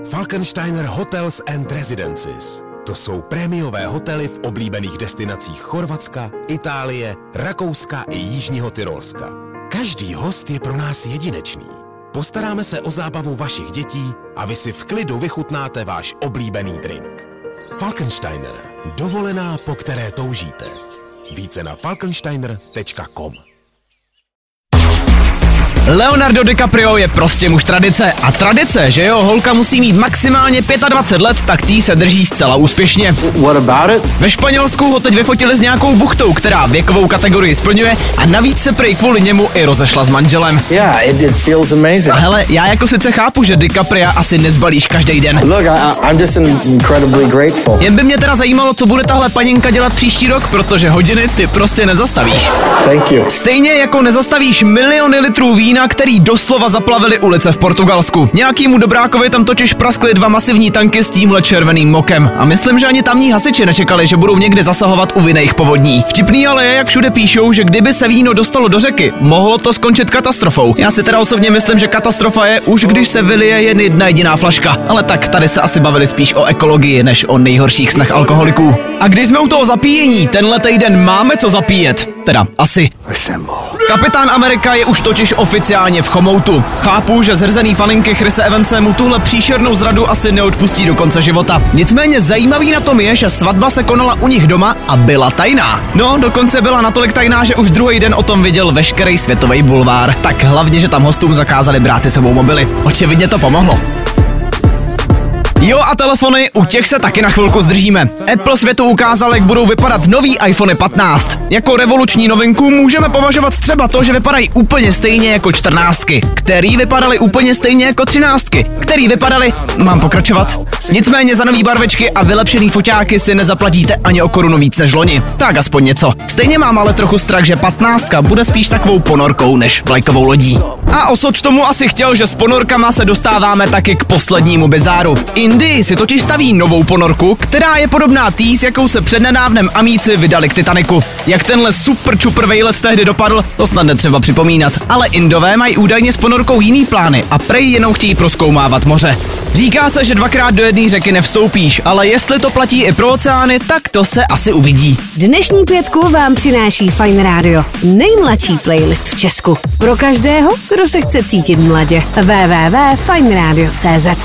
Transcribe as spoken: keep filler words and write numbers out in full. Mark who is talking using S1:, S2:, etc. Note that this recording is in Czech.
S1: Falkensteiner Hotels and Residences. To jsou prémiové hotely v oblíbených destinacích Chorvatska, Itálie, Rakouska i Jižního Tyrolska. Každý host je pro nás jedinečný. Postaráme se o zábavu vašich dětí a vy si v klidu vychutnáte váš oblíbený drink. Falkensteiner. Dovolená, po které toužíte. Více na falkensteiner tečka com.
S2: Leonardo DiCaprio je prostě muž tradice a tradice, že jeho holka musí mít maximálně dvacet pět let, tak tý se drží zcela úspěšně.
S3: What about it?
S2: Ve Španělsku ho teď vyfotili s nějakou buchtou, která věkovou kategorii splňuje a navíc se prej kvůli němu i rozešla s manželem.
S3: Yeah, it, it feels amazing.
S2: A hele, já jako sice chápu, že DiCapria asi nezbalíš každý den.
S3: Look, I, I'm just incredibly grateful.
S2: Jen by mě teda zajímalo, co bude tahle paninka dělat příští rok, protože hodiny ty prostě nezastavíš.
S3: Thank you.
S2: Stejně jako nezastavíš miliony litrů vína, který doslova zaplavili ulice v Portugalsku. Nějakýmu dobrákovi tam totiž praskly dva masivní tanky s tímhle červeným mokem. A myslím, že ani tamní hasiči nečekali, že budou někdy zasahovat u vinných povodní. Vtipný ale je, jak všude píšou, že kdyby se víno dostalo do řeky, mohlo to skončit katastrofou. Já si teda osobně myslím, že katastrofa je už když se vylije jen jedna jediná flaška. Ale tak tady se asi bavili spíš o ekologii, než o nejhorších snech alkoholiků. A když jsme u toho zapíjení, tenhle týden máme co zapíjet. Teda asi. Kapitán Amerika je už totiž oficiálně v chomoutu. Chápu, že zhrzený faninky Chrise Evanse mu tuhle příšernou zradu asi neodpustí do konce života. Nicméně zajímavý na tom je, že svatba se konala u nich doma a byla tajná. No, dokonce byla natolik tajná, že už druhý den o tom viděl veškerý světový bulvár. Tak hlavně, že tam hostům zakázali brát si sebou mobily. Očividně to pomohlo. Jo a telefony, u těch se taky na chvilku zdržíme. Apple světu ukázal, jak budou vypadat nový iPhone patnáct. Jako revoluční novinku můžeme považovat třeba to, že vypadají úplně stejně jako čtrnáctky, který vypadaly úplně stejně jako třináctky, který vypadaly, mám pokračovat. Nicméně za nový barvečky a vylepšený foťáky si nezaplatíte ani o korunu víc než loni. Tak aspoň něco. Stejně mám ale trochu strach, že patnáctka bude spíš takovou ponorkou než vlajkovou lodí. A osoč tomu asi chtěl, že s ponorkama se dostáváme taky k poslednímu bizáru. Indii si totiž staví novou ponorku, která je podobná tý, s jakou se přednedávnem amíci vydali k Titaniku. Jak tenhle super čupr vejlet tehdy dopadl, to snad netřeba připomínat. Ale Indové mají údajně s ponorkou jiný plány a prej jenom chtějí prozkoumávat moře. Říká se, že dvakrát do jedné řeky nevstoupíš, ale jestli to platí i pro oceány, tak to se asi uvidí.
S4: Dnešní pětku vám přináší Fajn Radio. Nejmladší playlist v Česku. Pro každého, kdo se chce cítit mladě. w w w tečka fajn radio tečka cé zet